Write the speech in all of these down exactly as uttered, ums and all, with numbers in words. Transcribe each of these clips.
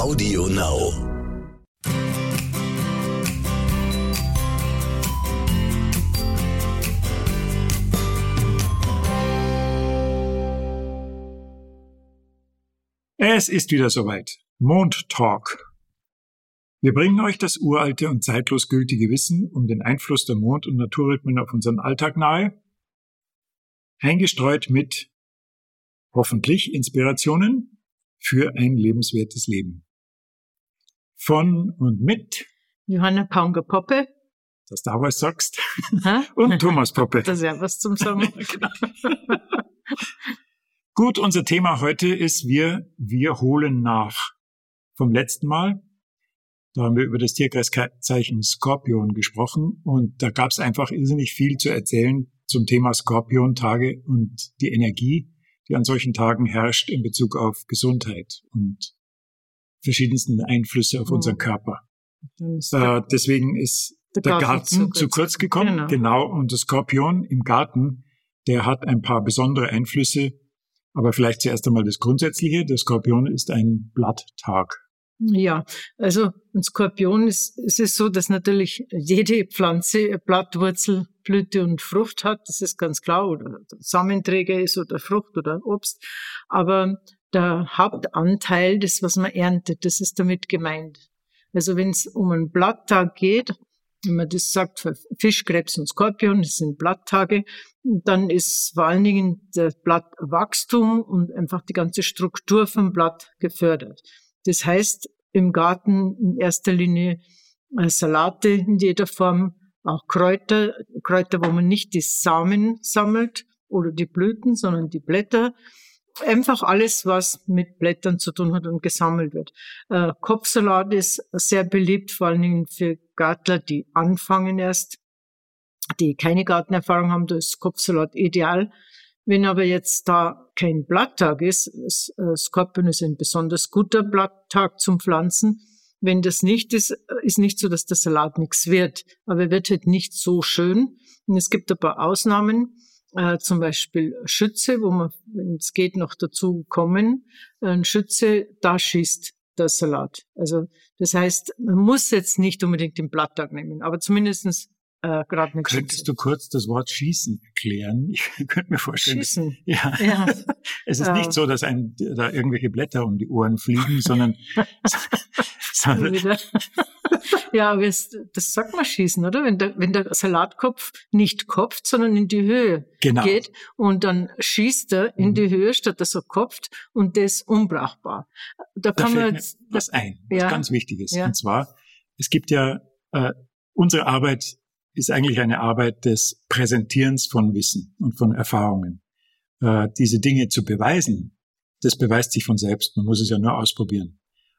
Audio Now. Es ist wieder soweit. Mondtalk. Wir bringen euch das uralte und zeitlos gültige Wissen um den Einfluss der Mond- und Naturrhythmen auf unseren Alltag nahe, eingestreut mit hoffentlich Inspirationen für ein lebenswertes Leben. Von und mit Johanna Paunger-Poppe, dass du da was sagst, und Thomas Poppe. Das ist ja was zum Sagen. Genau. Gut, unser Thema heute ist, wir, wir holen nach. Vom letzten Mal, da haben wir über das Tierkreiszeichen Skorpion gesprochen und da gab es einfach irrsinnig viel zu erzählen zum Thema Skorpion-Tage und die Energie, die an solchen Tagen herrscht in Bezug auf Gesundheit und verschiedensten Einflüsse auf oh. unseren Körper. Äh, deswegen ist der, der Garten, Garten zu, kurz. zu kurz gekommen. Genau. genau, und der Skorpion im Garten, der hat ein paar besondere Einflüsse. Aber vielleicht zuerst einmal das Grundsätzliche. Der Skorpion ist ein Blatttag. Ja, also ein Skorpion ist, es ist so, dass natürlich jede Pflanze Blatt, Wurzel, Blüte und Frucht hat. Das ist ganz klar. Oder Samenträger ist oder Frucht oder Obst. Aber der Hauptanteil, das, was man erntet, das ist damit gemeint. Also wenn es um einen Blatttag geht, wenn man das sagt, für Fisch, Krebs und Skorpion, das sind Blatttage, dann ist vor allen Dingen das Blattwachstum und einfach die ganze Struktur vom Blatt gefördert. Das heißt, im Garten in erster Linie Salate in jeder Form, auch Kräuter, Kräuter, wo man nicht die Samen sammelt oder die Blüten, sondern die Blätter. Einfach alles, was mit Blättern zu tun hat und gesammelt wird. Äh, Kopfsalat ist sehr beliebt, vor allen Dingen für Gärtler, die anfangen erst, die keine Gartenerfahrung haben, da ist Kopfsalat ideal. Wenn aber jetzt da kein Blatttag ist, ist äh, Skorpion ist ein besonders guter Blatttag zum Pflanzen. Wenn das nicht ist, ist nicht so, dass der Salat nichts wird, aber er wird halt nicht so schön. Und es gibt ein paar Ausnahmen. Äh, zum Beispiel Schütze, wo man, wenn es geht, noch dazu kommen. Ein Schütze, da schießt der Salat. Also das heißt, man muss jetzt nicht unbedingt den Blatttag nehmen, aber zumindestens äh, gerade nicht. Könntest Schütze. Du kurz das Wort Schießen erklären? Ich könnte mir vorstellen. Schießen? Dass, ja. ja. Es ist äh, nicht so, dass einem da irgendwelche Blätter um die Ohren fliegen, sondern... sondern ja, aber es, das sagt man Schießen, oder? Wenn der, wenn der Salatkopf nicht kopft, sondern in die Höhe genau. geht und dann schießt er in mhm. die Höhe, statt dass er kopft und das ist unbrauchbar. Da, da kann fällt man mir jetzt, was ein, was ja. ganz Wichtiges. Ja. Und zwar, es gibt ja, äh, unsere Arbeit ist eigentlich eine Arbeit des Präsentierens von Wissen und von Erfahrungen. Äh, diese Dinge zu beweisen, das beweist sich von selbst. Man muss es ja nur ausprobieren.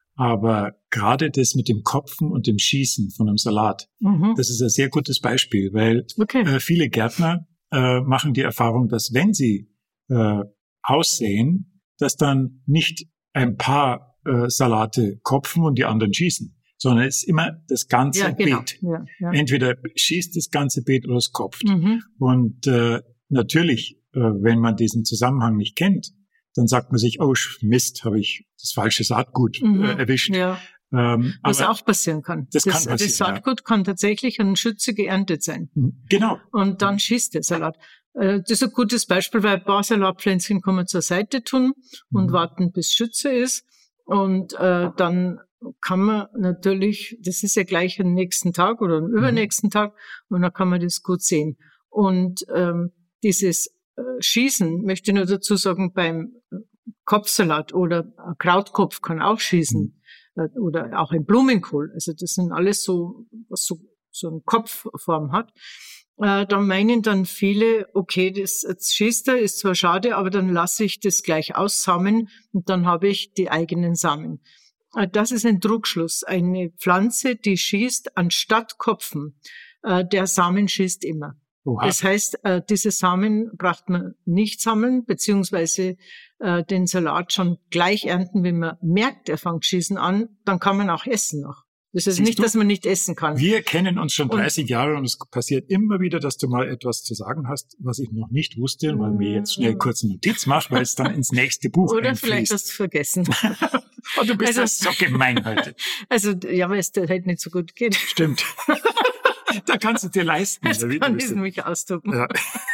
Aber gerade das mit dem Kopfen und dem Schießen von einem Salat, mhm. das ist ein sehr gutes Beispiel, weil okay. äh, viele Gärtner äh, machen die Erfahrung, dass wenn sie äh, aussehen, dass dann nicht ein paar äh, Salate kopfen und die anderen schießen, sondern es ist immer das ganze ja, genau. Beet. Ja, ja. Entweder schießt das ganze Beet oder es kopft. Mhm. Und äh, natürlich, äh, wenn man diesen Zusammenhang nicht kennt, dann sagt man sich, oh Mist, habe ich das falsche Saatgut mhm, äh, erwischt. Ja. Ähm, Was auch passieren kann. Das, das, kann passieren, das Saatgut ja. kann tatsächlich an Schütze geerntet sein. Genau. Und dann schießt der Salat. Äh, das ist ein gutes Beispiel, weil ein paar Salatpflänzchen kann man zur Seite tun und mhm. warten, bis Schütze ist. Und äh, dann kann man natürlich, das ist ja gleich am nächsten Tag oder am übernächsten mhm. Tag, und dann kann man das gut sehen. Und ähm, dieses Schießen, möchte ich nur dazu sagen, beim Kopfsalat oder Krautkopf kann auch schießen mhm. oder auch ein Blumenkohl. Also das sind alles so, was so, so eine Kopfform hat. Äh, dann meinen dann viele, okay, das jetzt schießt er, ist zwar schade, aber dann lasse ich das gleich aussamen und dann habe ich die eigenen Samen. Äh, das ist ein Trugschluss. Eine Pflanze, die schießt anstatt Kopfen, äh, der Samen schießt immer. Oha. Das heißt, äh, diese Samen braucht man nicht sammeln, beziehungsweise äh, den Salat schon gleich ernten, wenn man merkt, er fängt schießen an, dann kann man auch essen noch. Das ist Siehst nicht, du? dass man nicht essen kann. Wir kennen uns schon dreißig und, Jahre und es passiert immer wieder, dass du mal etwas zu sagen hast, was ich noch nicht wusste, weil mir jetzt schnell kurz eine Notiz mache, weil es dann ins nächste Buch Oder einfließt. vielleicht hast du vergessen. Oh, du bist Also- das so gemein heute. Also, ja, weil es dir halt nicht so gut geht. Stimmt. Da kannst du dir leisten. Jetzt oder wie du kann bist. ich mich ausdrücken. Ja.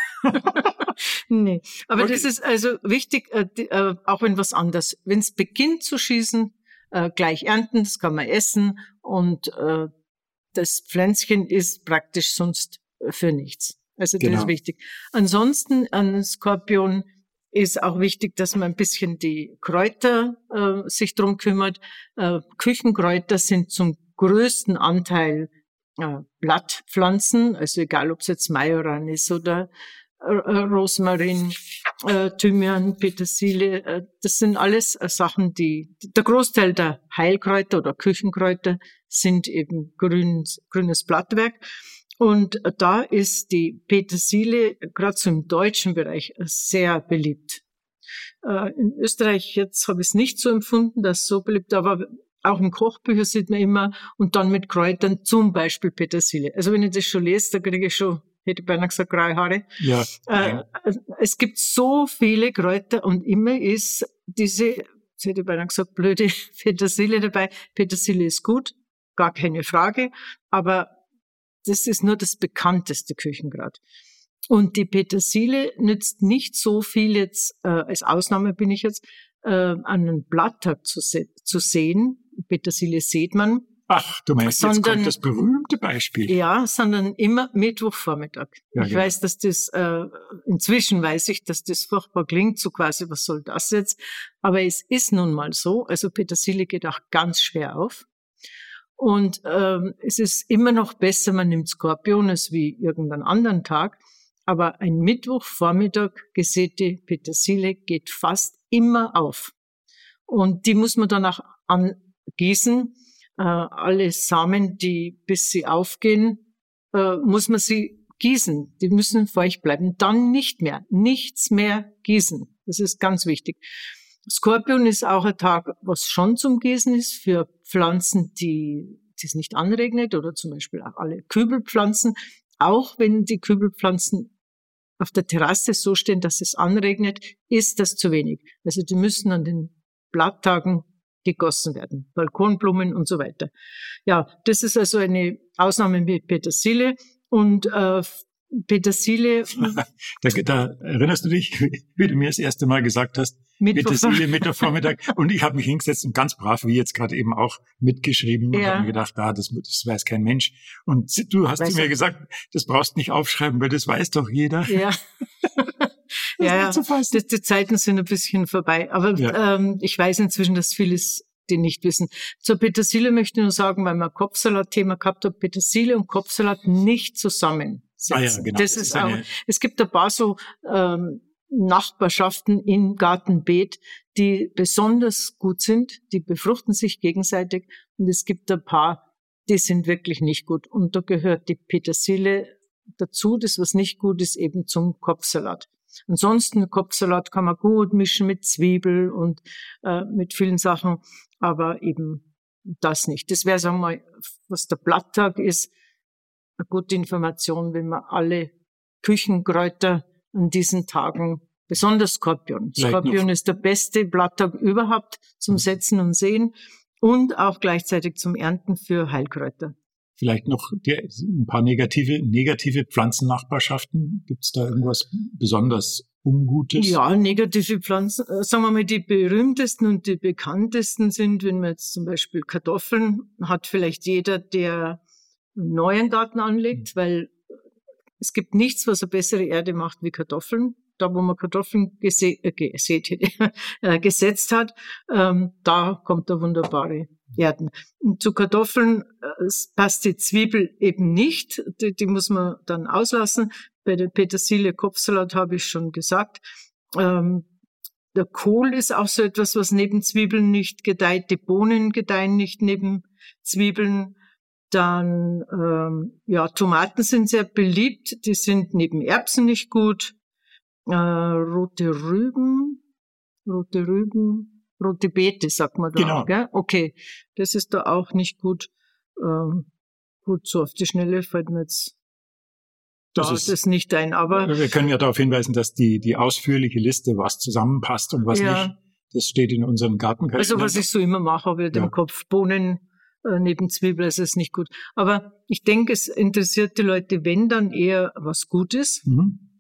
Nee, aber Okay. das ist also wichtig, äh, die, äh, auch wenn was anders. Wenn es beginnt zu schießen, äh, gleich ernten, das kann man essen und äh, das Pflänzchen ist praktisch sonst für nichts. Also das Genau. ist wichtig. Ansonsten an Skorpion ist auch wichtig, dass man ein bisschen die Kräuter äh, sich drum kümmert. Äh, Küchenkräuter sind zum größten Anteil äh, Blattpflanzen, also egal ob es jetzt Majoran ist oder äh, Rosmarin, äh, Thymian, Petersilie, äh, das sind alles äh, Sachen, die, der Großteil der Heilkräuter oder Küchenkräuter sind eben grün, grünes Blattwerk. Und äh, da ist die Petersilie, gerade so im deutschen Bereich, äh, sehr beliebt. Äh, in Österreich jetzt habe ich es nicht so empfunden, dass es so beliebt, aber auch im Kochbücher sieht man immer, und dann mit Kräutern, zum Beispiel Petersilie. Also wenn ich das schon lese, da kriege ich schon, hätte ich beinahe gesagt, graue Haare. Ja. Äh, es gibt so viele Kräuter und immer ist diese, jetzt hätte ich beinahe gesagt, blöde Petersilie dabei. Petersilie ist gut, gar keine Frage, aber das ist nur das bekannteste Küchenkraut. Und die Petersilie nützt nicht so viel jetzt, äh, als Ausnahme bin ich jetzt, äh, an einem Blatttag zu, se- zu sehen. Petersilie sieht man. Ach, du meinst, jetzt Sondern- kommt das berühmte Beispiel. Ja, sondern immer Mittwochvormittag. Ja, ich genau. weiß, dass das, äh, inzwischen weiß ich, dass das furchtbar klingt, so quasi, was soll das jetzt? Aber es ist nun mal so, also Petersilie geht auch ganz schwer auf. Und ähm, es ist immer noch besser, man nimmt Skorpion als wie irgendeinen anderen Tag. Aber ein Mittwochvormittag gesäte Petersilie geht fast immer auf. Und die muss man dann auch angießen. Äh, alle Samen, die bis sie aufgehen, äh, muss man sie gießen. Die müssen feucht bleiben. Dann nicht mehr. Nichts mehr gießen. Das ist ganz wichtig. Skorpion ist auch ein Tag, was schon zum Gießen ist für Pflanzen, die, die es nicht anregnet, oder zum Beispiel auch alle Kübelpflanzen. Auch wenn die Kübelpflanzen auf der Terrasse so stehen, dass es anregnet, ist das zu wenig. Also die müssen an den Blatttagen gegossen werden. Balkonblumen und so weiter. Ja, das ist also eine Ausnahme mit Petersilie. Und äh, Petersilie Da, da erinnerst du dich, wie du mir das erste Mal gesagt hast, Mittwoch- Petersilie Mittwochvormittag. Und ich habe mich hingesetzt und ganz brav, wie jetzt gerade eben auch, mitgeschrieben und Ja. habe mir gedacht, ah, das, das weiß kein Mensch. Und du hast Weiß zu mir er. gesagt, das brauchst nicht aufschreiben, weil das weiß doch jeder. Ja. Das ja, ist ja. nicht zu fassen. Die, die Zeiten sind ein bisschen vorbei. Aber Ja. ähm, ich weiß inzwischen, dass vieles die nicht wissen. Zur Petersilie möchte ich nur sagen, weil wir Kopfsalat-Thema gehabt haben, Petersilie und Kopfsalat nicht zusammensetzen. Ah ja, genau. Das, Das ist ist auch, eine- es gibt ein paar so ähm, Nachbarschaften im Gartenbeet, die besonders gut sind, die befruchten sich gegenseitig, und es gibt ein paar, die sind wirklich nicht gut. Und da gehört die Petersilie dazu. Das, was nicht gut ist, eben zum Kopfsalat. Ansonsten, Kopfsalat kann man gut mischen mit Zwiebel und äh, mit vielen Sachen, aber eben das nicht. Das wäre, sagen wir mal, was der Blatttag ist, eine gute Information, wenn man alle Küchenkräuter an diesen Tagen, besonders Skorpion. Vielleicht Skorpion noch- ist der beste Blatttag überhaupt zum Setzen und Sehen und auch gleichzeitig zum Ernten für Heilkräuter. Vielleicht noch die, ein paar negative, negative Pflanzennachbarschaften. Gibt es da irgendwas besonders Ungutes? Ja, negative Pflanzen, äh, sagen wir mal, die berühmtesten und die bekanntesten sind, wenn man jetzt zum Beispiel Kartoffeln hat, vielleicht jeder, der einen neuen Garten anlegt, weil es gibt nichts, was eine bessere Erde macht wie Kartoffeln. Da, wo man Kartoffeln gese äh, gesät, äh, gesetzt hat, ähm, da kommt da wunderbare Erden. Und zu Kartoffeln äh, es passt die Zwiebel eben nicht. Die, die muss man dann auslassen. Bei der Petersilie Kopfsalat habe ich schon gesagt. Ähm, der Kohl ist auch so etwas, was neben Zwiebeln nicht gedeiht. Die Bohnen gedeihen nicht neben Zwiebeln. Dann, ähm, ja, Tomaten sind sehr beliebt. Die sind neben Erbsen nicht gut. Äh, rote Rüben, rote Rüben, rote Beete, sagt man da. Genau. Gell? Okay, das ist da auch nicht gut. Ähm, gut, so auf die Schnelle fällt mir jetzt Das da ist- das nicht ein. Aber Wir können ja darauf hinweisen, dass die, die ausführliche Liste, was zusammenpasst und was Ja. nicht, Das steht in unserem Gartenkalender. Also was ich so immer mache, habe ich ja. im Kopf, Bohnen äh, neben Zwiebeln, also ist nicht gut. Aber ich denke, es interessiert die Leute, wenn dann eher was Gutes. Mhm.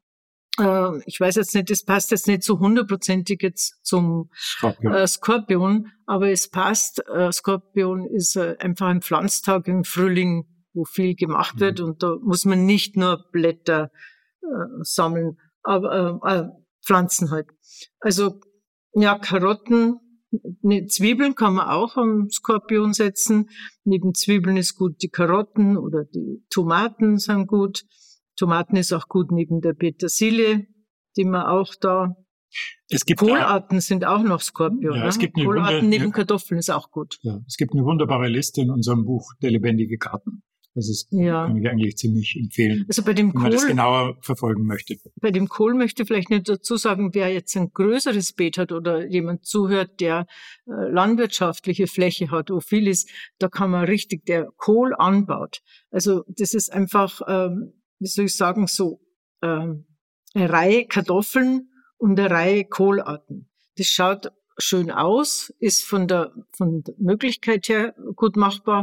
Äh, ich weiß jetzt nicht, das passt jetzt nicht so hundertprozentig jetzt zum Skorpion, äh, Skorpion aber es passt. Äh, Skorpion ist äh, einfach ein Pflanztag im Frühling, wo viel gemacht mhm. wird und da muss man nicht nur Blätter äh, sammeln, aber äh, äh, Pflanzen halt. Also ja, Karotten, ne, Zwiebeln kann man auch am Skorpion setzen. Neben Zwiebeln ist gut die Karotten oder die Tomaten sind gut. Tomaten ist auch gut neben der Petersilie, die man auch da. Es gibt Kohlarten auch, sind auch noch Skorpion. Ja, es gibt eine Kohlarten Wunder, neben ja, Kartoffeln ist auch gut. Ja, es gibt eine wunderbare Liste in unserem Buch Der lebendige Garten. Das ist, ja. kann ich eigentlich ziemlich empfehlen, also bei dem wenn man Kohl, das genauer verfolgen möchte. Bei dem Kohl möchte ich vielleicht nicht dazu sagen, wer jetzt ein größeres Beet hat oder jemand zuhört, der äh, landwirtschaftliche Fläche hat, wo viel ist, da kann man richtig, der Kohl anbaut. Also das ist einfach, ähm, wie soll ich sagen, so ähm, eine Reihe Kartoffeln und eine Reihe Kohlarten. Das schaut schön aus, ist von der, von der Möglichkeit her gut machbar.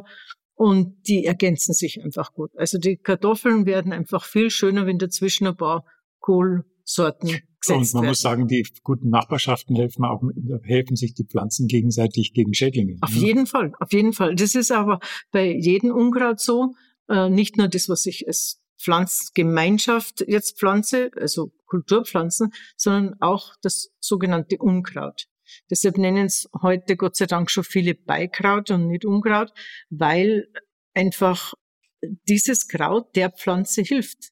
Und die ergänzen sich einfach gut. Also die Kartoffeln werden einfach viel schöner, wenn dazwischen ein paar Kohlsorten gesetzt werden. Und man werden. muss sagen, die guten Nachbarschaften helfen auch, helfen sich die Pflanzen gegenseitig gegen Schädlinge. Auf ne? jeden Fall, auf jeden Fall. Das ist aber bei jedem Unkraut so. Äh, nicht nur das, was ich als Pflanzgemeinschaft jetzt pflanze, also Kulturpflanzen, sondern auch das sogenannte Unkraut. Deshalb nennen es heute Gott sei Dank schon viele Beikraut und nicht Unkraut, weil einfach dieses Kraut der Pflanze hilft.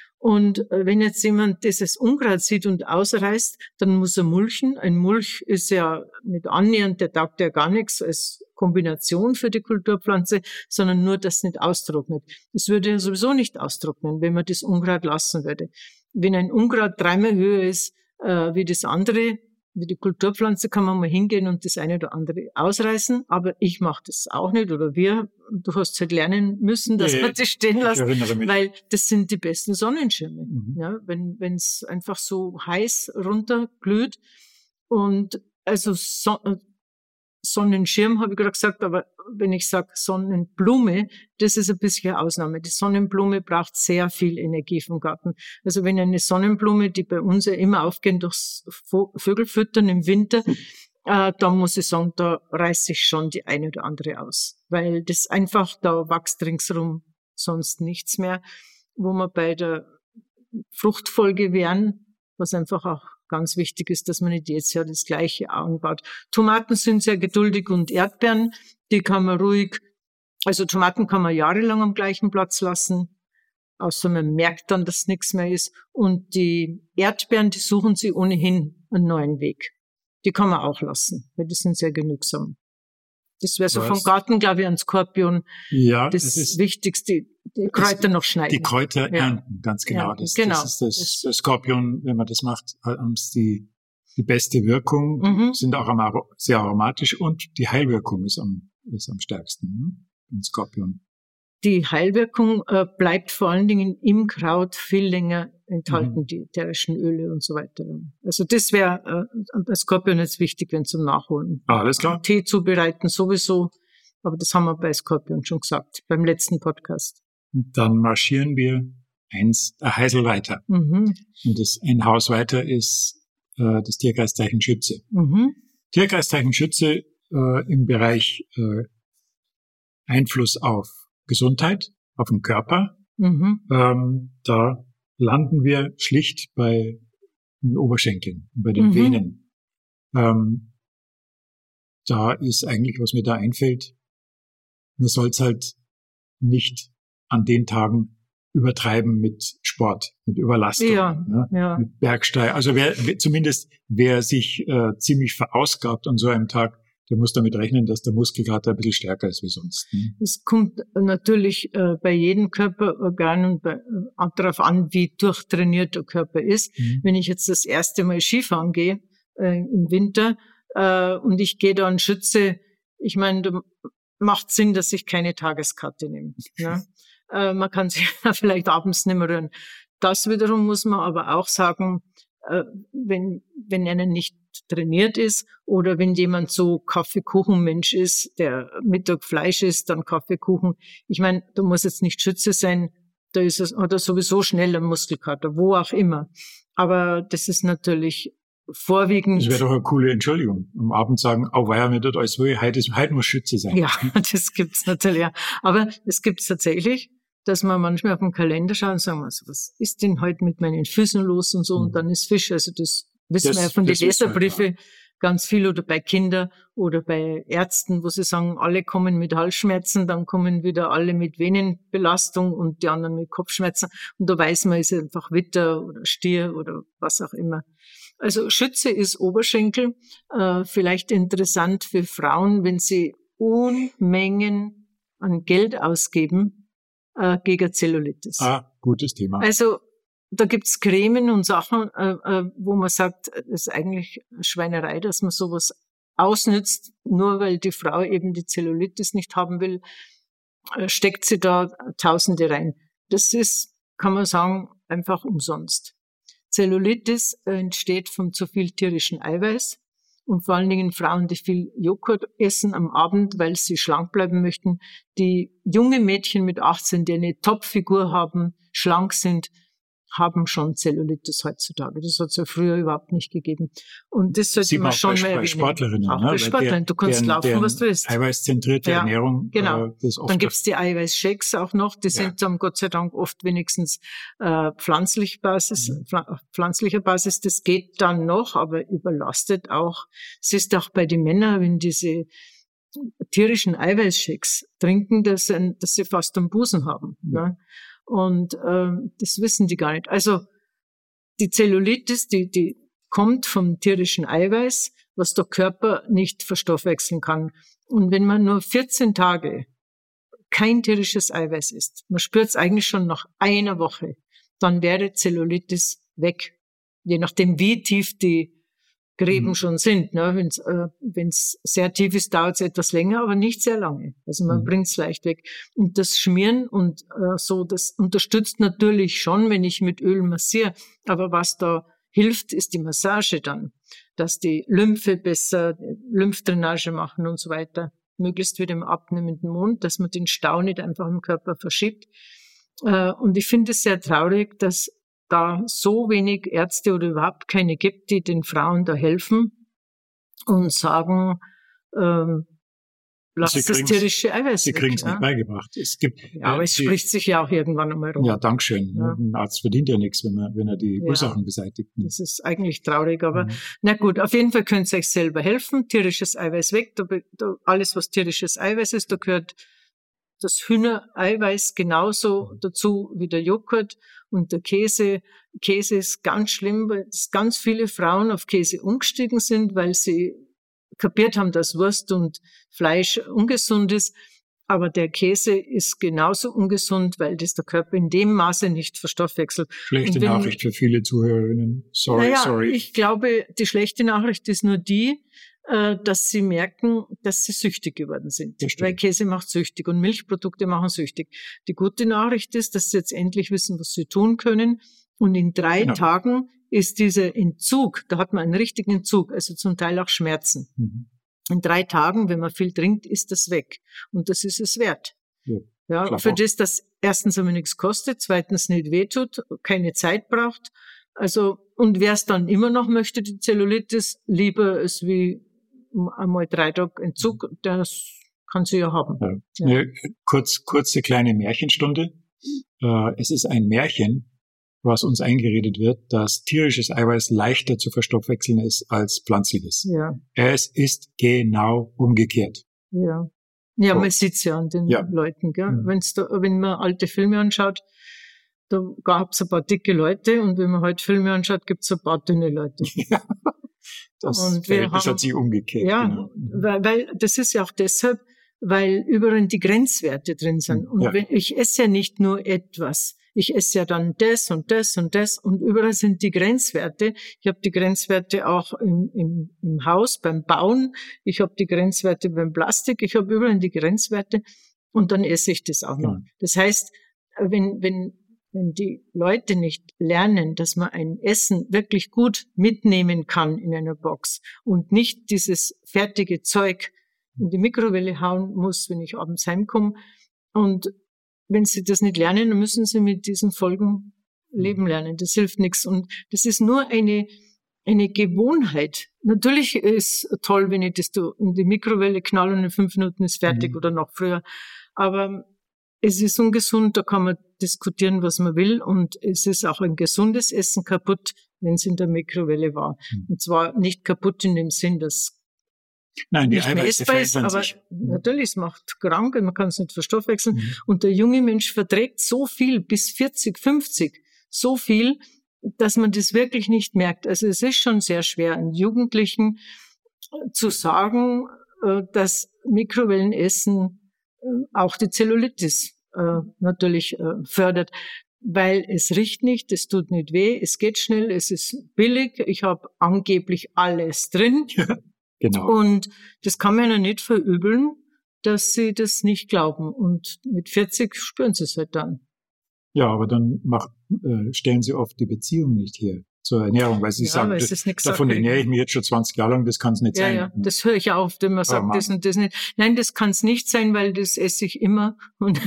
Und wenn jetzt jemand dieses Unkraut sieht und ausreißt, dann muss er mulchen. Ein Mulch ist ja nicht annähernd, der taugt ja gar nichts als Kombination für die Kulturpflanze, sondern nur, dass es nicht austrocknet. Es würde ja sowieso nicht austrocknen, wenn man das Unkraut lassen würde. Wenn ein Unkraut dreimal höher ist äh, wie das andere, wie die Kulturpflanze, kann man mal hingehen und das eine oder andere ausreißen, aber ich mache das auch nicht oder wir, du hast halt lernen müssen, dass ja, man das stehen lässt, weil das sind die besten Sonnenschirme. Mhm. Ja, wenn wenn es einfach so heiß runterglüht und also so, Sonnenschirm habe ich gerade gesagt, aber wenn ich sage Sonnenblume, das ist ein bisschen eine Ausnahme. Die Sonnenblume braucht sehr viel Energie vom Garten. Also wenn eine Sonnenblume, die bei uns ja immer aufgehen durchs Vögelfüttern im Winter, äh, da muss ich sagen, da reißt sich schon die eine oder andere aus. Weil das einfach, da wächst ringsrum sonst nichts mehr. Wo wir bei der Fruchtfolge wären, was einfach auch ganz wichtig ist, dass man nicht jetzt ja das Gleiche anbaut. Tomaten sind sehr geduldig und Erdbeeren, die kann man ruhig, also Tomaten kann man jahrelang am gleichen Platz lassen, außer man merkt dann, dass nichts mehr ist. Und die Erdbeeren, die suchen sie ohnehin einen neuen Weg. Die kann man auch lassen, weil die sind sehr genügsam. Das wäre so vom Garten, glaube ich, ein Skorpion. Ja, das, das ist Wichtigste. Die Kräuter noch schneiden. Die Kräuter ja. ernten, ganz genau. Ja, das, genau. das ist das, das Skorpion, wenn man das macht, haben es die, die beste Wirkung, mhm. sind auch am, sehr aromatisch und die Heilwirkung ist am, ist am stärksten, ne? Im Skorpion. Die Heilwirkung äh, bleibt vor allen Dingen im Kraut viel länger enthalten, mhm. die ätherischen Öle und so weiter. Also das wäre äh, bei Skorpion jetzt wichtig, wenn zum Nachholen. Ah, alles klar. Tee zubereiten sowieso, aber das haben wir bei Skorpion schon gesagt, beim letzten Podcast. Dann marschieren wir eins, ein Heisel weiter. Mhm. Und das ein Haus weiter ist äh, das Tierkreiszeichen Schütze. Mhm. Tierkreiszeichen Schütze äh, im Bereich äh, Einfluss auf Gesundheit, auf den Körper. Mhm. Ähm, da landen wir schlicht bei den Oberschenkeln, bei den mhm. Venen. Ähm, da ist eigentlich, was mir da einfällt, man soll es halt nicht an den Tagen übertreiben mit Sport, mit Überlastung, ja, ne? ja. mit Bergsteigen. Also wer, zumindest wer sich äh, ziemlich verausgabt an so einem Tag, der muss damit rechnen, dass der Muskelkater ein bisschen stärker ist wie sonst. Ne? Es kommt natürlich äh, bei jedem Körperorgan und bei, äh, darauf an, wie durchtrainiert der Körper ist. Mhm. Wenn ich jetzt das erste Mal Skifahren gehe äh, im Winter äh, und ich gehe da an Schütze, ich meine, da macht Sinn, dass ich keine Tageskarte nehme. Ne? äh, man kann sich vielleicht abends nicht mehr rühren. Das wiederum muss man aber auch sagen, äh, wenn wenn einen nicht oft trainiert ist oder wenn jemand so Kaffeekuchenmensch ist, der Mittag Fleisch isst, dann Kaffeekuchen. Ich meine, da muss jetzt nicht Schütze sein, da ist es, oder sowieso schneller Muskelkater, wo auch immer. Aber das ist natürlich vorwiegend. Das wäre doch eine coole Entschuldigung. Am Abend sagen, oh, weil er mir dort alles will, heute, ist, heute muss Schütze sein. Ja, das gibt's natürlich, ja. Aber es gibt's tatsächlich, dass man manchmal auf den Kalender schaut und sagen, also, was ist denn heute mit meinen Füßen los und so, mhm. und dann ist Fisch. Also das wissen das, wir ja von den Leserbriefen halt, ja. ganz viel oder bei Kindern oder bei Ärzten, wo sie sagen, alle kommen mit Halsschmerzen, dann kommen wieder alle mit Venenbelastung und die anderen mit Kopfschmerzen. Und da weiß man, ist einfach Witter oder Stier oder was auch immer. Also Schütze ist Oberschenkel, äh, vielleicht interessant für Frauen, wenn sie Unmengen an Geld ausgeben äh, gegen Zellulitis. Ah, gutes Thema. Also da gibt's Cremen und Sachen, äh, äh, wo man sagt, das ist eigentlich Schweinerei, dass man sowas ausnützt, nur weil die Frau eben die Zellulitis nicht haben will, äh, steckt sie da Tausende rein. Das ist, kann man sagen, einfach umsonst. Zellulitis entsteht von zu viel tierischem Eiweiß und vor allen Dingen Frauen, die viel Joghurt essen am Abend, weil sie schlank bleiben möchten. Die junge Mädchen mit achtzehn, die eine Topfigur haben, schlank sind, haben schon Zellulitis heutzutage. Das hat es ja früher überhaupt nicht gegeben. Und das sollte man schon mehr erwähnen. Bei Sportlerinnen, auch ne? bei Sportlerinnen. Du kannst deren, laufen, deren was du willst. Eiweißzentrierte ja, Ernährung. Genau. Äh, das oft dann gibt's die Eiweißshakes auch noch. Die ja. sind dann Gott sei Dank oft wenigstens äh, pflanzlich Basis, mhm. pfl- pflanzlicher Basis. Das geht dann noch, aber überlastet auch. Es ist auch bei den Männern, wenn diese tierischen Eiweißshakes trinken, dass, dass sie fast am Busen haben. Ja. Ne? Und äh, das wissen die gar nicht. Also die Zellulitis, die, die kommt vom tierischen Eiweiß, was der Körper nicht verstoffwechseln kann. Und wenn man nur vierzehn Tage kein tierisches Eiweiß isst, man spürt es eigentlich schon nach einer Woche, dann wäre Zellulitis weg. Je nachdem, wie tief die Gräben mhm. schon sind. Ne? Wenn es äh, wenn's sehr tief ist, dauert es etwas länger, aber nicht sehr lange. Also man mhm. bringt es leicht weg. Und das Schmieren und äh, so, das unterstützt natürlich schon, wenn ich mit Öl massiere. Aber was da hilft, ist die Massage dann, dass die Lymphe besser, Lymphdrainage machen und so weiter. Möglichst wieder im abnehmenden Mond, dass man den Stau nicht einfach im Körper verschiebt. Äh, und ich finde es sehr traurig, dass da so wenig Ärzte oder überhaupt keine gibt, die den Frauen da helfen und sagen, ähm, lass das tierische Eiweiß Sie kriegen es nicht ja. beigebracht. Es gibt, ja, aber äh, es die, spricht sich ja auch irgendwann einmal rum. Ja, Dankeschön. Ja. Ein Arzt verdient ja nichts, wenn er, wenn er die ja. Ursachen beseitigt. Das ist eigentlich traurig, aber mhm. na gut, auf jeden Fall könnt ihr euch selber helfen. Tierisches Eiweiß weg. Da, da, alles, was tierisches Eiweiß ist, da gehört das Hühnereiweiß genauso dazu wie der Joghurt und der Käse. Käse ist ganz schlimm, weil ganz viele Frauen auf Käse umgestiegen sind, weil sie kapiert haben, dass Wurst und Fleisch ungesund ist. Aber der Käse ist genauso ungesund, weil das der Körper in dem Maße nicht verstoffwechselt. Schlechte wenn, Nachricht für viele Zuhörerinnen. Sorry, naja, sorry. Ich glaube, die schlechte Nachricht ist nur die, dass sie merken, dass sie süchtig geworden sind. Weil Käse macht süchtig und Milchprodukte machen süchtig. Die gute Nachricht ist, dass sie jetzt endlich wissen, was sie tun können. Und in drei genau. Tagen ist dieser Entzug, da hat man einen richtigen Entzug, also zum Teil auch Schmerzen. Mhm. In drei Tagen, wenn man viel trinkt, ist das weg. Und das ist es wert. Ja, ja für das, das erstens einmal nichts kostet, zweitens nicht wehtut, keine Zeit braucht. Also, und wer es dann immer noch möchte, die Zellulitis, lieber es wie einmal drei Tage Entzug, das kann sie ja haben. Ja. Ja. Eine kurz, kurze kleine Märchenstunde. Äh, es ist ein Märchen, was uns eingeredet wird, dass tierisches Eiweiß leichter zu verstoffwechseln ist als pflanzliches. Ja. Es ist genau umgekehrt. Ja. Ja, so. Man sieht's ja an den ja. Leuten, gell? Mhm. Wenn's da, wenn man alte Filme anschaut, da gab's ein paar dicke Leute und wenn man heute Filme anschaut, gibt's ein paar dünne Leute. Ja. Das, und wir das haben, hat sich umgekehrt. Ja, genau. weil, weil das ist ja auch deshalb, weil überall die Grenzwerte drin sind. Und ja. wenn, ich esse ja nicht nur etwas. Ich esse ja dann das und das und das und überall sind die Grenzwerte. Ich habe die Grenzwerte auch im, im, im Haus, beim Bauen. Ich habe die Grenzwerte beim Plastik. Ich habe überall die Grenzwerte und dann esse ich das auch noch. Ja. Das heißt, wenn, wenn wenn die Leute nicht lernen, dass man ein Essen wirklich gut mitnehmen kann in einer Box und nicht dieses fertige Zeug in die Mikrowelle hauen muss, wenn ich abends heimkomme. Und wenn sie das nicht lernen, dann müssen sie mit diesen Folgen leben lernen. Das hilft nichts. Und das ist nur eine eine Gewohnheit. Natürlich ist toll, wenn ich das in die Mikrowelle knall und in fünf Minuten ist fertig mhm. oder noch früher. Aber es ist ungesund, da kann man diskutieren, was man will. Und es ist auch ein gesundes Essen kaputt, wenn es in der Mikrowelle war. Mhm. Und zwar nicht kaputt in dem Sinn, dass Nein, die nicht mehr essbar ist, aber sich. Natürlich, es macht krank, man kann es nicht verstoffwechseln. Mhm. Und der junge Mensch verträgt so viel, bis vierzig, fünfzig, so viel, dass man das wirklich nicht merkt. Also es ist schon sehr schwer, einen Jugendlichen zu sagen, dass Mikrowellenessen auch die Zellulitis natürlich fördert, weil es riecht nicht, es tut nicht weh, es geht schnell, es ist billig, ich habe angeblich alles drin. Ja, genau. Und das kann man ja nicht verübeln, dass sie das nicht glauben. Und mit vierzig spüren sie es halt dann. Ja, aber dann macht, äh, stellen sie oft die Beziehung nicht her zur Ernährung, weil sie ja, sagen, weil das, das davon ernähre ich mich jetzt schon zwanzig Jahre lang, das kann es nicht ja, sein. Ja, das höre ich auch, wenn man sagt, das und das nicht. Nein, das kann es nicht sein, weil das esse ich immer und,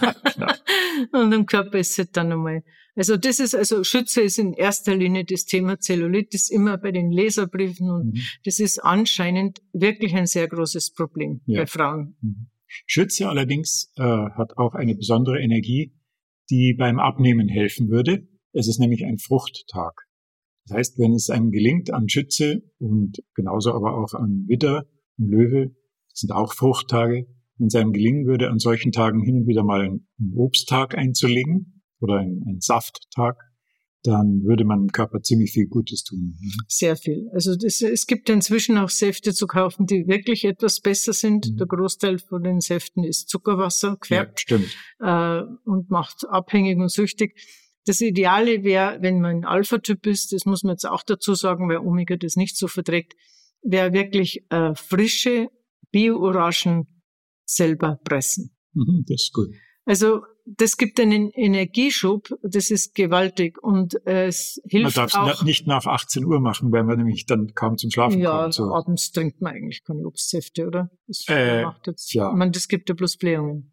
und im Körper ist es dann einmal. Also das ist, also Schütze ist in erster Linie das Thema Zellulitis immer bei den Leserbriefen und mhm. das ist anscheinend wirklich ein sehr großes Problem ja. bei Frauen. Mhm. Schütze allerdings äh, hat auch eine besondere Energie, die beim Abnehmen helfen würde. Es ist nämlich ein Fruchttag. Das heißt, wenn es einem gelingt, an Schütze und genauso aber auch an Widder und Löwe, das sind auch Fruchttage, wenn es einem gelingen würde, an solchen Tagen hin und wieder mal einen Obsttag einzulegen oder einen, einen Safttag, dann würde man dem Körper ziemlich viel Gutes tun. Sehr viel. Also das, es gibt inzwischen auch Säfte zu kaufen, die wirklich etwas besser sind. Mhm. Der Großteil von den Säften ist Zuckerwasser, gefärbt, ja, stimmt. Äh, und macht abhängig und süchtig. Das Ideale wäre, wenn man ein Alpha-Typ ist, das muss man jetzt auch dazu sagen, weil Omega das nicht so verträgt, wäre wirklich äh, frische Bio-Orangen selber pressen. Mhm, das ist gut. Also das gibt einen Energieschub, das ist gewaltig und äh, es hilft auch. Man darf es nicht nach achtzehn Uhr machen, weil man nämlich dann kaum zum Schlafen ja, kommt. Ja, abends trinkt man eigentlich keine Obstsäfte, oder? Das äh, macht jetzt, ja. Ich meine, das gibt ja bloß Blähungen.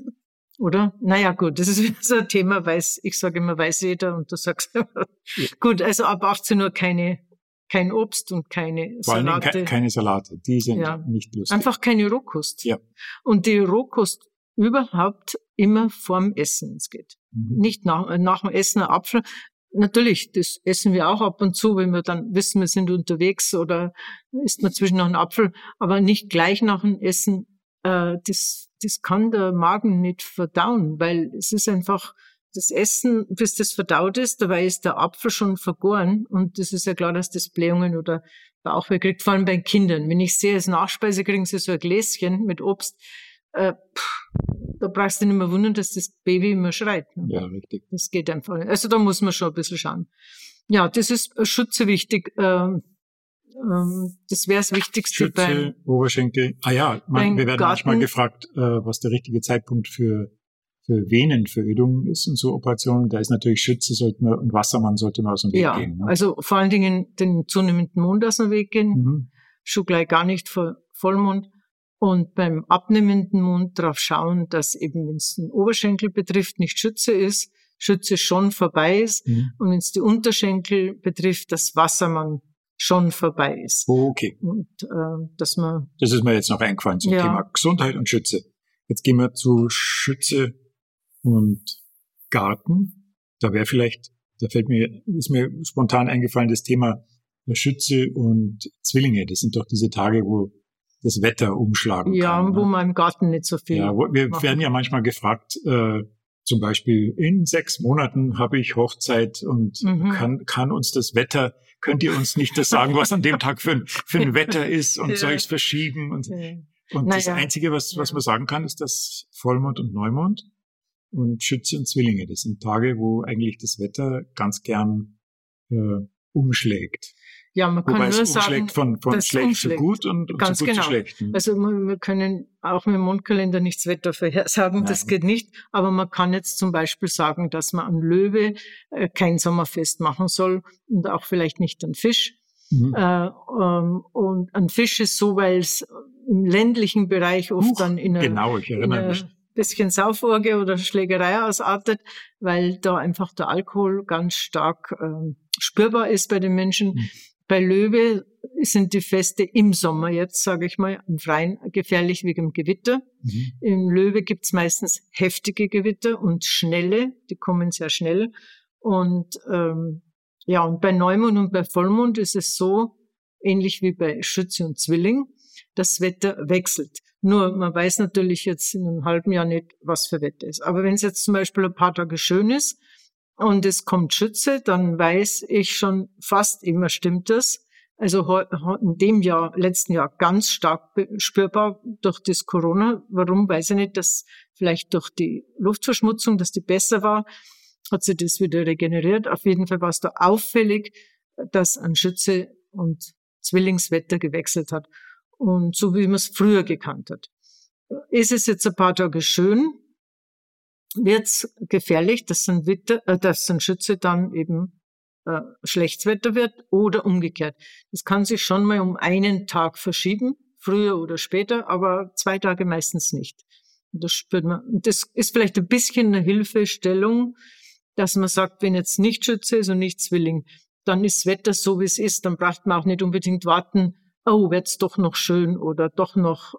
Oder? Naja, gut, das ist wieder so ein Thema, weiß, ich sage immer, weiß jeder und du sagst ja. Gut, also ab achtzehn Uhr keine, kein Obst und keine Vor allem Salate. Ke- keine Salate, die sind ja. nicht lustig. Einfach keine Rohkost. Ja. Und die Rohkost überhaupt immer vorm Essen, wenn es geht. Mhm. Nicht nach, nach dem Essen ein Apfel. Natürlich, das essen wir auch ab und zu, wenn wir dann wissen, wir sind unterwegs oder isst man zwischen noch einen Apfel, aber nicht gleich nach dem Essen. Äh, das, das kann der Magen nicht verdauen, weil es ist einfach das Essen, bis das verdaut ist, dabei ist der Apfel schon vergoren und das ist ja klar, dass das Blähungen oder Bauchweh kriegt, vor allem bei Kindern. Wenn ich sehe, als Nachspeise kriegen sie so ein Gläschen mit Obst, äh, pff, da brauchst du nicht mehr wundern, dass das Baby immer schreit. Ne? Ja, richtig. Das geht einfach nicht. Also da muss man schon ein bisschen schauen. Ja, das ist Schütze wichtig. Ähm, ähm, das wäre das Wichtigste. Schütze, beim, Oberschenkel. Ah ja, man, wir werden Garten. manchmal gefragt, äh, was der richtige Zeitpunkt für, für Venenverödung ist und so Operationen. Da ist natürlich Schütze sollte man, und Wassermann sollte man aus dem Weg ja, gehen. Ne? Also vor allen Dingen den zunehmenden Mond aus dem Weg gehen. Mhm. Schon gleich gar nicht vor Vollmond. Und beim abnehmenden Mond darauf schauen, dass eben, wenn es den Oberschenkel betrifft, nicht Schütze ist, Schütze schon vorbei ist. Mhm. Und wenn es die Unterschenkel betrifft, dass Wassermann schon vorbei ist. Oh, okay. Und äh, dass man. Das ist mir jetzt noch eingefallen zum ja. Thema Gesundheit und Schütze. Jetzt gehen wir zu Schütze und Garten. Da wäre vielleicht, da fällt mir, ist mir spontan eingefallen, das Thema Schütze und Zwillinge. Das sind doch diese Tage, wo das Wetter umschlagen ja, kann. Ja, wo ne? man im Garten nicht so viel Ja, wo, wir machen. werden ja manchmal gefragt, äh, zum Beispiel, in sechs Monaten habe ich Hochzeit und mhm. kann, kann uns das Wetter, könnt ihr uns nicht das sagen, was an dem Tag für ein, für ein Wetter ist und ja. soll ich es verschieben? Und, ja. und das ja. Einzige, was, was man sagen kann, ist das Vollmond und Neumond und Schütze und Zwillinge. Das sind Tage, wo eigentlich das Wetter ganz gern äh, umschlägt. Ja, man Wobei kann es nur sagen, umschlägt von, von das schlecht umschlägt. zu gut und, und Ganz zu gut genau. zu schlecht. Hm. Also wir, wir können auch mit dem Mondkalender nicht das Wetter vorhersagen, Nein. das geht nicht. Aber man kann jetzt zum Beispiel sagen, dass man an Löwe äh, kein Sommerfest machen soll und auch vielleicht nicht an Fisch. Mhm. Äh, ähm, und an Fisch ist so, weil es im ländlichen Bereich oft Huch, dann in einer, genau, ich in erinnere einer mich. bisschen Saufurge oder Schlägerei ausartet, weil da einfach der Alkohol ganz stark ähm, spürbar ist bei den Menschen. Mhm. Bei Löwe sind die Feste im Sommer jetzt, sage ich mal, im Freien gefährlich wegen dem Gewitter. Mhm. Im Löwe gibt's meistens heftige Gewitter und schnelle, die kommen sehr schnell. Und ähm, ja, und bei Neumond und bei Vollmond ist es so, ähnlich wie bei Schütze und Zwilling, das Wetter wechselt. Nur, man weiß natürlich jetzt in einem halben Jahr nicht, was für Wetter ist. Aber wenn es jetzt zum Beispiel ein paar Tage schön ist und es kommt Schütze, dann weiß ich schon fast immer, stimmt das. Also in dem Jahr, letzten Jahr ganz stark spürbar durch das Corona. Warum, weiß ich nicht, dass vielleicht durch die Luftverschmutzung, dass die besser war, hat sich das wieder regeneriert. Auf jeden Fall war es da auffällig, dass an Schütze und Zwillingswetter gewechselt hat. Und so wie man es früher gekannt hat. Ist es jetzt ein paar Tage schön, wird's gefährlich, dass ein, Witter, äh, dass ein Schütze dann eben äh, schlechtes Wetter wird oder umgekehrt. Das kann sich schon mal um einen Tag verschieben, früher oder später, aber zwei Tage meistens nicht. Und das spürt man. Und das ist vielleicht ein bisschen eine Hilfestellung, dass man sagt, wenn jetzt nicht Schütze ist und nicht Zwilling, dann ist das Wetter so, wie es ist, dann braucht man auch nicht unbedingt warten, oh, wird's doch noch schön oder doch noch,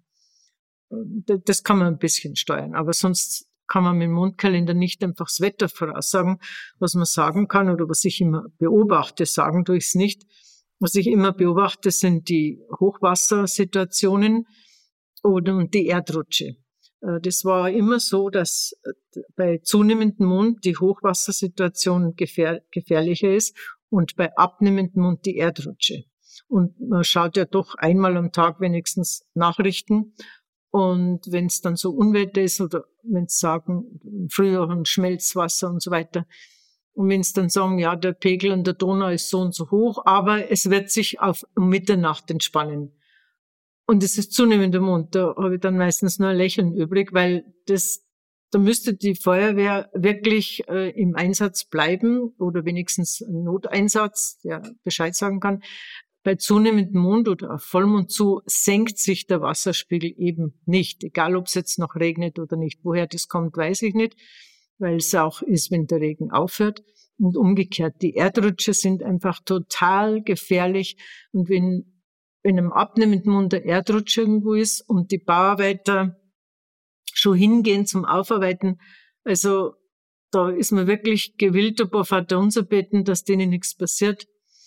äh, das kann man ein bisschen steuern. Aber sonst kann man mit dem Mondkalender nicht einfach das Wetter voraussagen. Was man sagen kann oder was ich immer beobachte, sagen tue ich es nicht. Was ich immer beobachte, sind die Hochwassersituationen oder und die Erdrutsche. Das war immer so, dass bei zunehmendem Mond die Hochwassersituation gefähr- gefährlicher ist und bei abnehmendem Mond die Erdrutsche. Und man schaut ja doch einmal am Tag wenigstens Nachrichten. Und wenn es dann so Unwetter ist oder wenn es sagen, früher ein Schmelzwasser und so weiter, und wenn es dann sagen, ja, der Pegel an der Donau ist so und so hoch, aber es wird sich auf um Mitternacht entspannen. Und es ist zunehmender Mond, da habe ich dann meistens nur ein Lächeln übrig, weil das, da müsste die Feuerwehr wirklich äh, im Einsatz bleiben oder wenigstens ein Noteinsatz, der Bescheid sagen kann. Bei zunehmendem Mond oder auf Vollmond zu senkt sich der Wasserspiegel eben nicht, egal ob es jetzt noch regnet oder nicht. Woher das kommt, weiß ich nicht, weil es auch ist, wenn der Regen aufhört. Und umgekehrt, die Erdrutsche sind einfach total gefährlich. Und wenn in einem abnehmenden Mond der Erdrutsch irgendwo ist und die Bauarbeiter schon hingehen zum Aufarbeiten, also da ist man wirklich gewillt, ein paar Vaterunser beten, dass denen nichts passiert,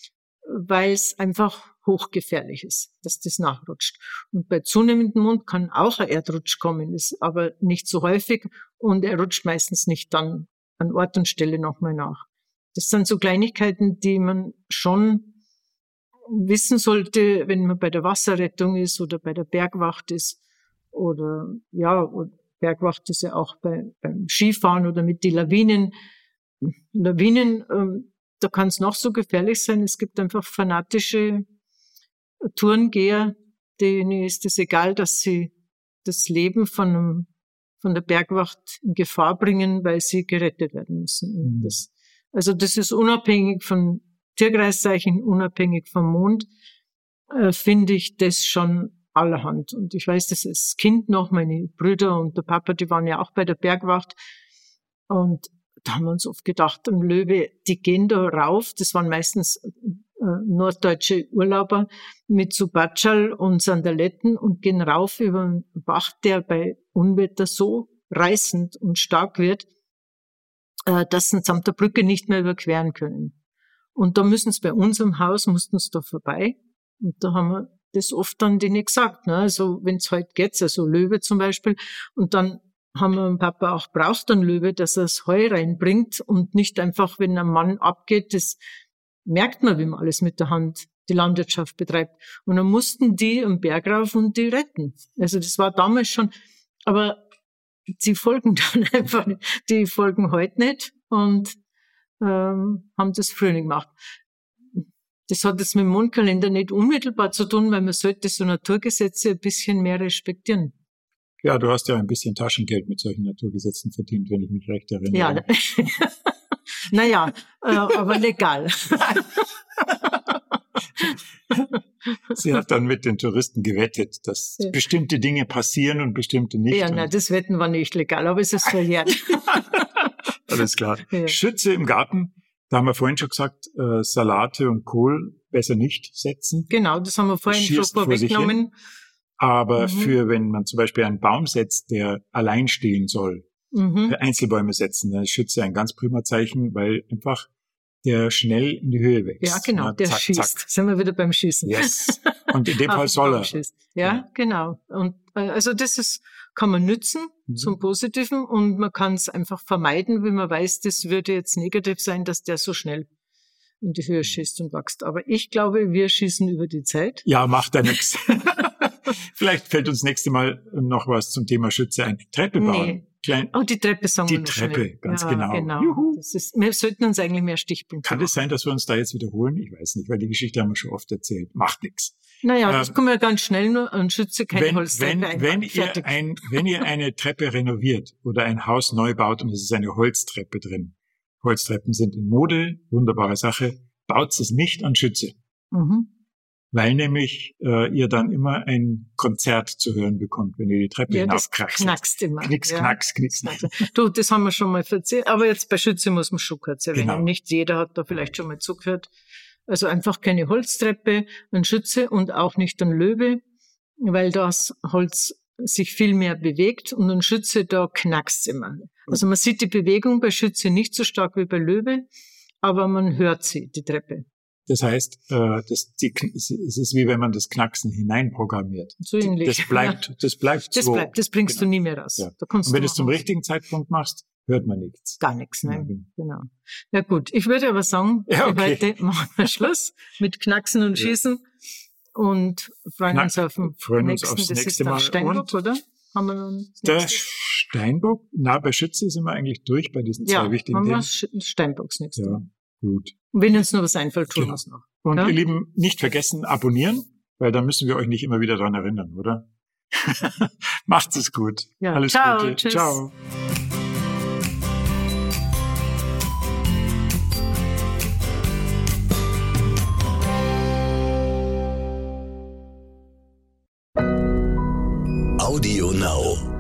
weil es einfach hochgefährlich ist, dass das nachrutscht. Und bei zunehmendem Mond kann auch ein Erdrutsch kommen, ist aber nicht so häufig und er rutscht meistens nicht dann an Ort und Stelle nochmal nach. Das sind so Kleinigkeiten, die man schon wissen sollte, wenn man bei der Wasserrettung ist oder bei der Bergwacht ist oder ja, Bergwacht ist ja auch bei, beim Skifahren oder mit den Lawinen. Lawinen, ähm, da kann es noch so gefährlich sein. Es gibt einfach fanatische Tourengeher, denen ist es egal, dass sie das Leben von, einem, von der Bergwacht in Gefahr bringen, weil sie gerettet werden müssen. Mhm. Das, also das ist unabhängig von Tierkreiszeichen, unabhängig vom Mond, äh, finde ich das schon allerhand. Und ich weiß, das als Kind noch, meine Brüder und der Papa, die waren ja auch bei der Bergwacht. Und da haben wir uns oft gedacht, am Löwe, die gehen da rauf. Das waren meistens äh, norddeutsche Urlauber mit so Batschal und Sandaletten und gehen rauf über einen Bach, der bei Unwetter so reißend und stark wird, äh, dass sie samt der Brücke nicht mehr überqueren können. Und da müssen sie bei uns im Haus, mussten sie da vorbei. Und da haben wir das oft dann denen gesagt, ne? Also wenn es heute geht, also Löwe zum Beispiel, und dann haben wir dem Papa auch braucht einen Löwe, dass er das Heu reinbringt und nicht einfach, wenn ein Mann abgeht, das merkt man, wie man alles mit der Hand die Landwirtschaft betreibt. Und dann mussten die am Berg rauf und die retten. Also das war damals schon, aber die folgen dann einfach, die folgen heute nicht und ähm, haben das früher nicht gemacht. Das hat jetzt mit dem Mondkalender nicht unmittelbar zu tun, weil man sollte so Naturgesetze ein bisschen mehr respektieren. Ja, du hast ja ein bisschen Taschengeld mit solchen Naturgesetzen verdient, wenn ich mich recht erinnere. Ja, naja, äh, aber legal. Sie hat dann mit den Touristen gewettet, dass ja. bestimmte Dinge passieren und bestimmte nicht. Ja, nein, das Wetten war nicht legal, aber es ist verjährt. Alles klar. Ja. Schütze im Garten, da haben wir vorhin schon gesagt, äh, Salate und Kohl besser nicht setzen. Genau, das haben wir vorhin schon vorweggenommen. Aber mhm. für, wenn man zum Beispiel einen Baum setzt, der allein stehen soll, mhm. für Einzelbäume setzen, dann ist Schütze ein ganz prima Zeichen, weil einfach der schnell in die Höhe wächst. Ja, genau, Na, der zack, schießt. Zack. Sind wir wieder beim Schießen. Yes. Und in dem Fall soll er. Ja, ja, genau. Und äh, also das ist, kann man nützen mhm. zum Positiven und man kann es einfach vermeiden, wenn man weiß, das würde jetzt negativ sein, dass der so schnell in die Höhe schießt und wächst. Aber ich glaube, wir schießen über die Zeit. Ja, macht ja nichts. Vielleicht fällt uns nächste Mal noch was zum Thema Schütze ein. Treppe bauen. Nee. Klein, oh, die Treppe sagen die wir noch Treppe, schnell. ganz ja, genau. genau. Juhu. Das ist, wir sollten uns eigentlich mehr Stichpunkte Kann machen. es sein, dass wir uns da jetzt wiederholen? Ich weiß nicht, weil die Geschichte haben wir schon oft erzählt. Macht nichts. Naja, ähm, das kommen wir ganz schnell nur an Schütze, keine wenn, Holztreppe. Wenn, wenn, ihr ein, wenn ihr eine Treppe renoviert oder ein Haus neu baut und es ist eine Holztreppe drin. Holztreppen sind in Mode, wunderbare Sache. Baut es nicht an Schütze. Mhm. Weil nämlich äh, ihr dann immer ein Konzert zu hören bekommt, wenn ihr die Treppe ja, hinaufkraxelt. Das knackst immer. Knicks, ja. knacks, knicks. Du, das haben wir schon mal erzählt. Aber jetzt bei Schütze muss man schon kurz erwähnen. Genau. Nicht jeder hat da vielleicht schon mal zugehört. Also einfach keine Holztreppe, ein Schütze und auch nicht ein Löwe, weil das Holz sich viel mehr bewegt und ein Schütze, da knackst immer. Also man sieht die Bewegung bei Schütze nicht so stark wie bei Löwe, aber man hört sie, die Treppe. Das heißt, äh, das, die, es ist wie wenn man das Knacksen hineinprogrammiert. So ähnlich. Das bleibt, ja. das bleibt das so. Bleibt, das bringst genau. du nie mehr raus. Ja. Da kannst und wenn du du es zum richtigen Zeitpunkt machst, hört man nichts. Gar nichts, nein. Ja, genau. Ja gut, ich würde aber sagen, ja, okay. heute machen wir Schluss mit Knacksen und Schießen ja. und freuen Knack, uns auf den freuen nächsten. Uns aufs das nächste ist der Mal. Steinbock, oder? Haben wir noch der Steinbock? Na, bei Schütze sind wir eigentlich durch bei diesen ja, zwei wichtigen haben Dingen. wir Steinbocks nächste Mal. Ja, gut. Und wenn uns noch was einfällt, tun genau. wir es noch. Und ja? ihr Lieben, nicht vergessen, abonnieren, weil da müssen wir euch nicht immer wieder dran erinnern, oder? Macht's es gut. Ja. Alles Ciao, Gute. Tschüss. Ciao. Audio Now.